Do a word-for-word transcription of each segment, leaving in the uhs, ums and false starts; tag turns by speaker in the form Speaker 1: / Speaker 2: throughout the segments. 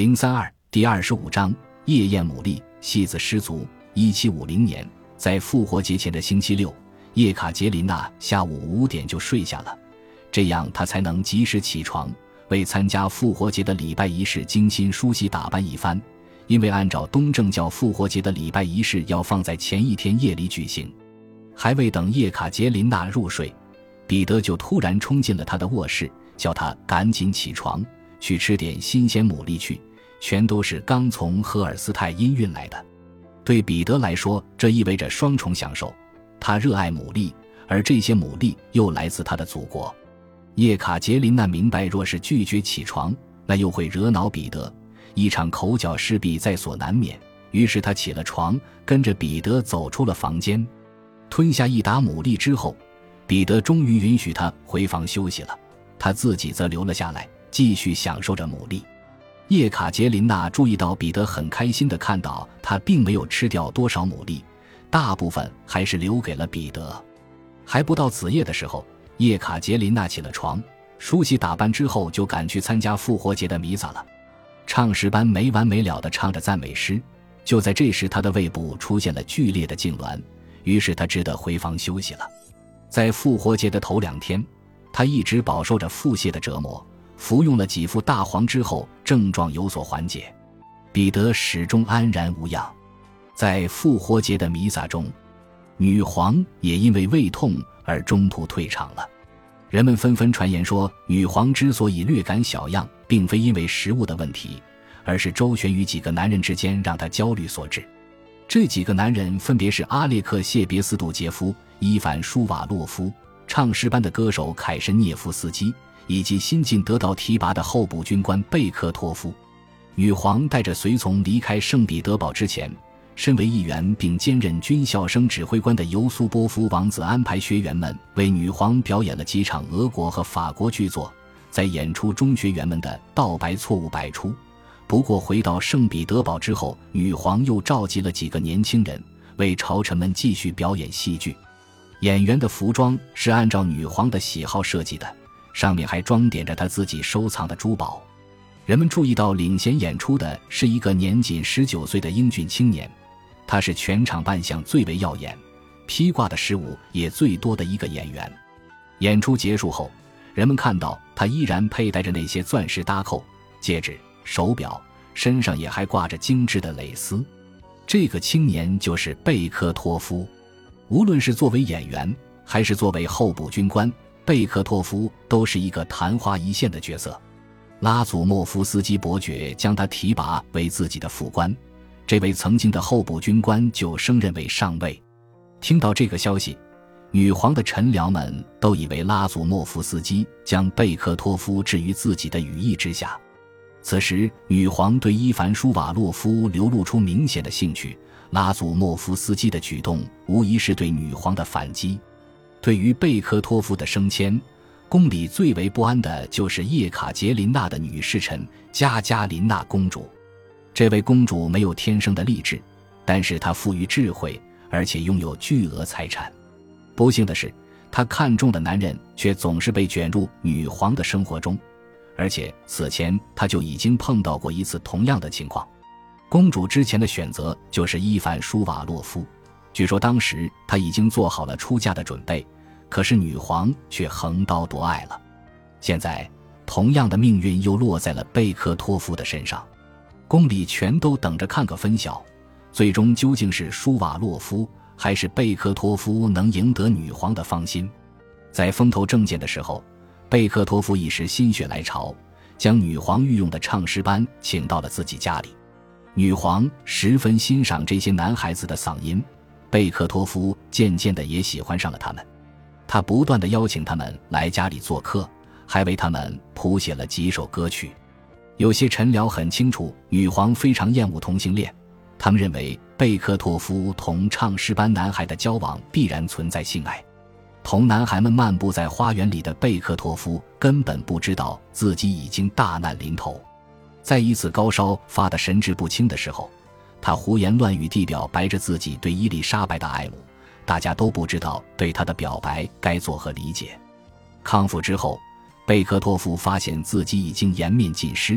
Speaker 1: 零三二第二十五章夜宴牡蛎，戏子失足。一七五零年，在复活节前的星期六，叶卡捷琳娜下午五点就睡下了，这样她才能及时起床，为参加复活节的礼拜仪式精心梳洗打扮一番。因为按照东正教复活节的礼拜仪式要放在前一天夜里举行。还未等叶卡捷琳娜入睡，彼得就突然冲进了她的卧室，叫她赶紧起床，去吃点新鲜牡蛎去，全都是刚从赫尔斯泰因运来的。对彼得来说，这意味着双重享受，他热爱牡蛎，而这些牡蛎又来自他的祖国。叶卡捷琳娜明白，若是拒绝起床，那又会惹恼彼得，一场口角势必在所难免。于是他起了床，跟着彼得走出了房间。吞下一打牡蛎之后，彼得终于允许他回房休息了，他自己则留了下来，继续享受着牡蛎。叶卡捷琳娜注意到彼得很开心地看到他并没有吃掉多少牡蛎，大部分还是留给了彼得。还不到子夜的时候，叶卡捷琳娜起了床，梳洗打扮之后就赶去参加复活节的弥撒了。唱诗班没完没了地唱着赞美诗，就在这时他的胃部出现了剧烈的痉挛，于是他只得回房休息了。在复活节的头两天，他一直饱受着腹泻的折磨，服用了几副大黄之后症状有所缓解。彼得始终安然无恙。在复活节的弥撒中，女皇也因为胃痛而中途退场了。人们纷纷传言说，女皇之所以略感小恙，并非因为食物的问题，而是周旋于几个男人之间让她焦虑所致。这几个男人分别是阿列克谢别斯杜杰夫、伊凡舒瓦洛夫、唱诗班的歌手凯申涅夫斯基，以及新近得到提拔的候补军官贝克托夫。女皇带着随从离开圣彼得堡之前，身为议员并兼任军校生指挥官的尤苏波夫王子安排学员们为女皇表演了几场俄国和法国剧作，在演出中学员们的道白错误百出。不过回到圣彼得堡之后，女皇又召集了几个年轻人为朝臣们继续表演戏剧。演员的服装是按照女皇的喜好设计的，上面还装点着她自己收藏的珠宝。人们注意到领衔演出的是一个年仅十九岁的英俊青年，他是全场扮相最为耀眼、披挂的饰物也最多的一个演员。演出结束后，人们看到他依然佩戴着那些钻石搭扣、戒指、手表，身上也还挂着精致的蕾丝。这个青年就是贝克托夫。无论是作为演员还是作为候补军官，贝克托夫都是一个昙花一现的角色。拉祖莫夫斯基伯爵将他提拔为自己的副官，这位曾经的候补军官就升任为上尉。听到这个消息，女皇的臣僚们都以为拉祖莫夫斯基将贝克托夫置于自己的羽翼之下。此时女皇对伊凡舒瓦洛夫流露出明显的兴趣，拉祖莫夫斯基的举动无疑是对女皇的反击。对于贝克托夫的升迁，宫里最为不安的就是叶卡捷琳娜的女侍臣加加琳娜公主。这位公主没有天生的丽质，但是她富于智慧，而且拥有巨额财产。不幸的是，她看中的男人却总是被卷入女皇的生活中，而且此前她就已经碰到过一次同样的情况。公主之前的选择就是伊凡舒瓦洛夫，据说当时她已经做好了出嫁的准备，可是女皇却横刀夺爱了。现在同样的命运又落在了贝克托夫的身上，宫里全都等着看个分晓，最终究竟是舒瓦洛夫还是贝克托夫能赢得女皇的芳心。在风头正劲的时候，贝克托夫一时心血来潮，将女皇御用的唱诗班请到了自己家里。女皇十分欣赏这些男孩子的嗓音，贝克托夫渐渐的也喜欢上了他们。他不断地邀请他们来家里做客，还为他们谱写了几首歌曲。有些臣僚很清楚女皇非常厌恶同性恋，他们认为贝克托夫同唱诗班男孩的交往必然存在性爱。同男孩们漫步在花园里的贝克托夫根本不知道自己已经大难临头。在一次高烧发得神志不清的时候，他胡言乱语地表白着自己对伊丽莎白的爱慕，大家都不知道对他的表白该作何理解。康复之后，贝克托夫发现自己已经颜面尽失，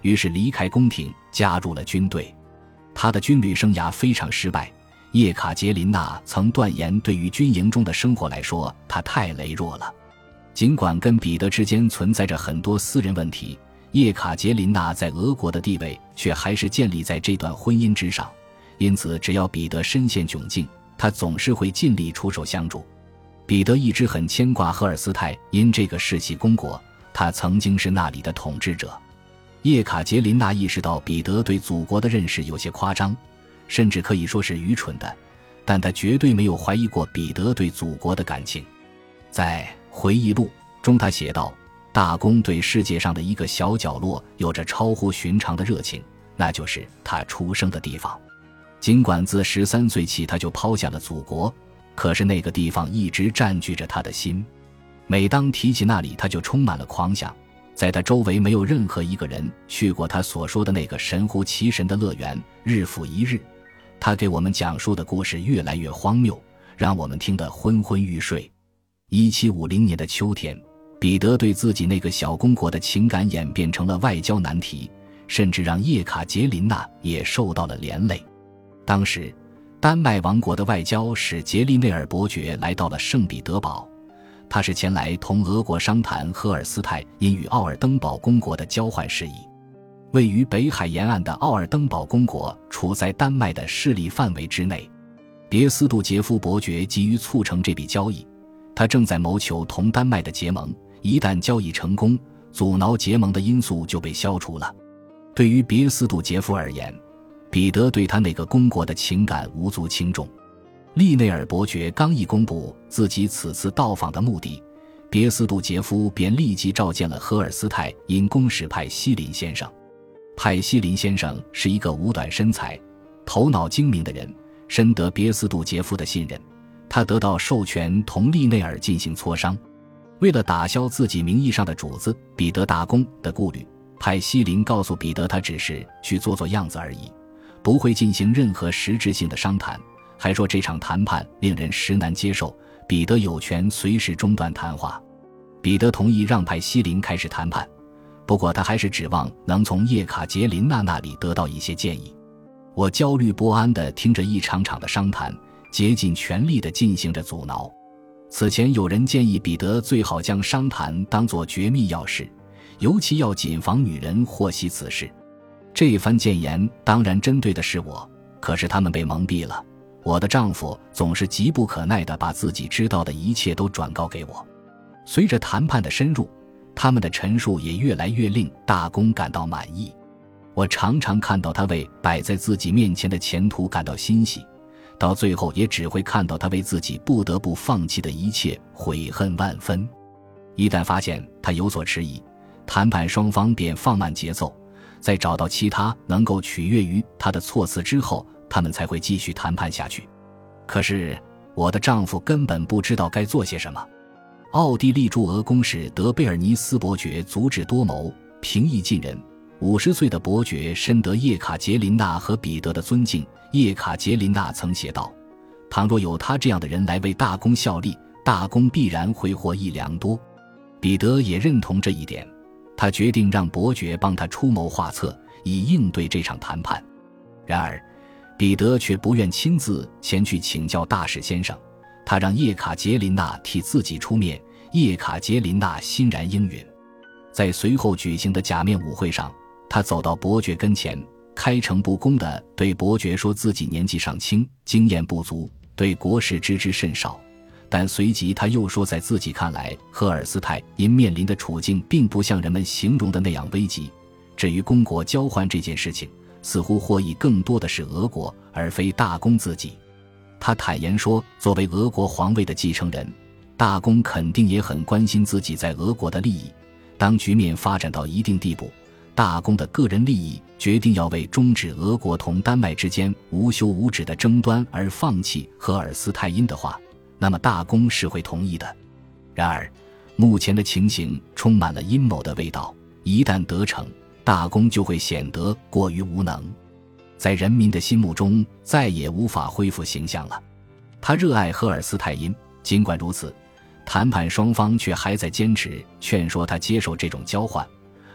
Speaker 1: 于是离开宫廷，加入了军队。他的军旅生涯非常失败，叶卡捷琳娜曾断言，对于军营中的生活来说，他太羸弱了。尽管跟彼得之间存在着很多私人问题，叶卡捷琳娜在俄国的地位却还是建立在这段婚姻之上，因此只要彼得身陷窘境，他总是会尽力出手相助。彼得一直很牵挂赫尔斯泰因这个世袭公国，他曾经是那里的统治者。叶卡捷琳娜意识到彼得对祖国的认识有些夸张，甚至可以说是愚蠢的，但他绝对没有怀疑过彼得对祖国的感情。在回忆录中他写道，大公对世界上的一个小角落有着超乎寻常的热情，那就是他出生的地方。尽管自十三岁起他就抛下了祖国，可是那个地方一直占据着他的心。每当提起那里，他就充满了狂想。在他周围没有任何一个人去过他所说的那个神乎其神的乐园。日复一日，他给我们讲述的故事越来越荒谬，让我们听得昏昏欲睡。一七五零年的秋天，彼得对自己那个小公国的情感演变成了外交难题，甚至让叶卡捷琳娜也受到了连累。当时丹麦王国的外交使杰利内尔伯爵来到了圣彼得堡，他是前来同俄国商谈赫尔斯泰因与奥尔登堡公国的交换事宜。位于北海沿岸的奥尔登堡公国处在丹麦的势力范围之内，别斯杜杰夫伯爵急于促成这笔交易，他正在谋求同丹麦的结盟，一旦交易成功，阻挠结盟的因素就被消除了。对于别斯杜杰夫而言，彼得对他那个公国的情感无足轻重。利内尔伯爵刚一公布自己此次到访的目的，别斯杜杰夫便立即召见了赫尔斯泰因公使派西林先生。派西林先生是一个五短身材、头脑精明的人，深得别斯杜杰夫的信任，他得到授权同利内尔进行磋商。为了打消自己名义上的主子彼得大公的顾虑，派西林告诉彼得，他只是去做做样子而已，不会进行任何实质性的商谈，还说这场谈判令人实难接受，彼得有权随时中断谈话。彼得同意让派西林开始谈判，不过他还是指望能从叶卡捷琳娜那里得到一些建议。我焦虑不安地听着一场场的商谈，竭尽全力地进行着阻挠。此前有人建议彼得最好将商谈当作绝密要事，尤其要谨防女人获悉此事。这番谏言当然针对的是我，可是他们被蒙蔽了。我的丈夫总是急不可耐地把自己知道的一切都转告给我。随着谈判的深入，他们的陈述也越来越令大公感到满意。我常常看到他为摆在自己面前的前途感到欣喜，到最后也只会看到他为自己不得不放弃的一切悔恨万分。一旦发现他有所迟疑，谈判双方便放慢节奏，在找到其他能够取悦于他的措辞之后，他们才会继续谈判下去。可是我的丈夫根本不知道该做些什么。奥地利驻俄公使德贝尔尼斯伯爵足智多谋，平易近人。五十岁的伯爵深得叶卡捷琳娜和彼得的尊敬。叶卡捷琳娜曾写道，倘若有他这样的人来为大公效力，大公必然会获益良多。彼得也认同这一点，他决定让伯爵帮他出谋划策，以应对这场谈判。然而彼得却不愿亲自前去请教大使先生，他让叶卡捷琳娜替自己出面。叶卡捷琳娜欣然应允。在随后举行的假面舞会上，他走到伯爵跟前，开诚布公地对伯爵说自己年纪尚轻，经验不足，对国事知之甚少。但随即他又说，在自己看来，赫尔斯泰因面临的处境并不像人们形容的那样危急。至于公国交换这件事情，似乎获益更多的是俄国，而非大公自己。他坦言说，作为俄国皇位的继承人，大公肯定也很关心自己在俄国的利益。当局面发展到一定地步，大公的个人利益决定要为终止俄国同丹麦之间无休无止的争端而放弃赫尔斯泰因的话，那么大公是会同意的。然而目前的情形充满了阴谋的味道，一旦得逞，大公就会显得过于无能，在人民的心目中再也无法恢复形象了。他热爱赫尔斯泰因，尽管如此，谈判双方却还在坚持劝说他接受这种交换，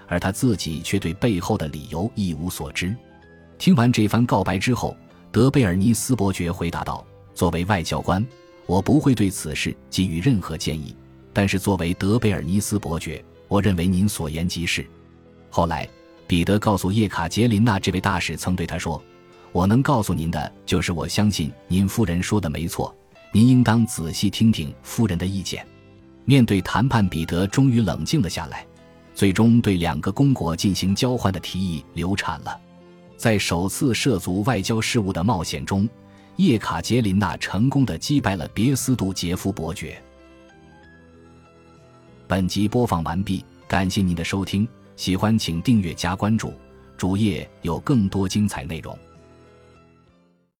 Speaker 1: 而他自己却对背后的理由一无所知。听完这番告白之后，德贝尔尼斯伯爵回答道：作为外交官，我不会对此事给予任何建议，但是作为德贝尔尼斯伯爵，我认为您所言极是。后来彼得告诉叶卡捷琳娜，这位大使曾对他说，我能告诉您的就是我相信您夫人说的没错，您应当仔细听听夫人的意见。面对谈判，彼得终于冷静了下来，最终对两个公国进行交换的提议流产了。在首次涉足外交事务的冒险中，叶卡捷琳娜成功地击败了别斯杜杰夫伯爵。本集播放完毕，感谢您的收听，喜欢请订阅加关注，主页有更多精彩内容。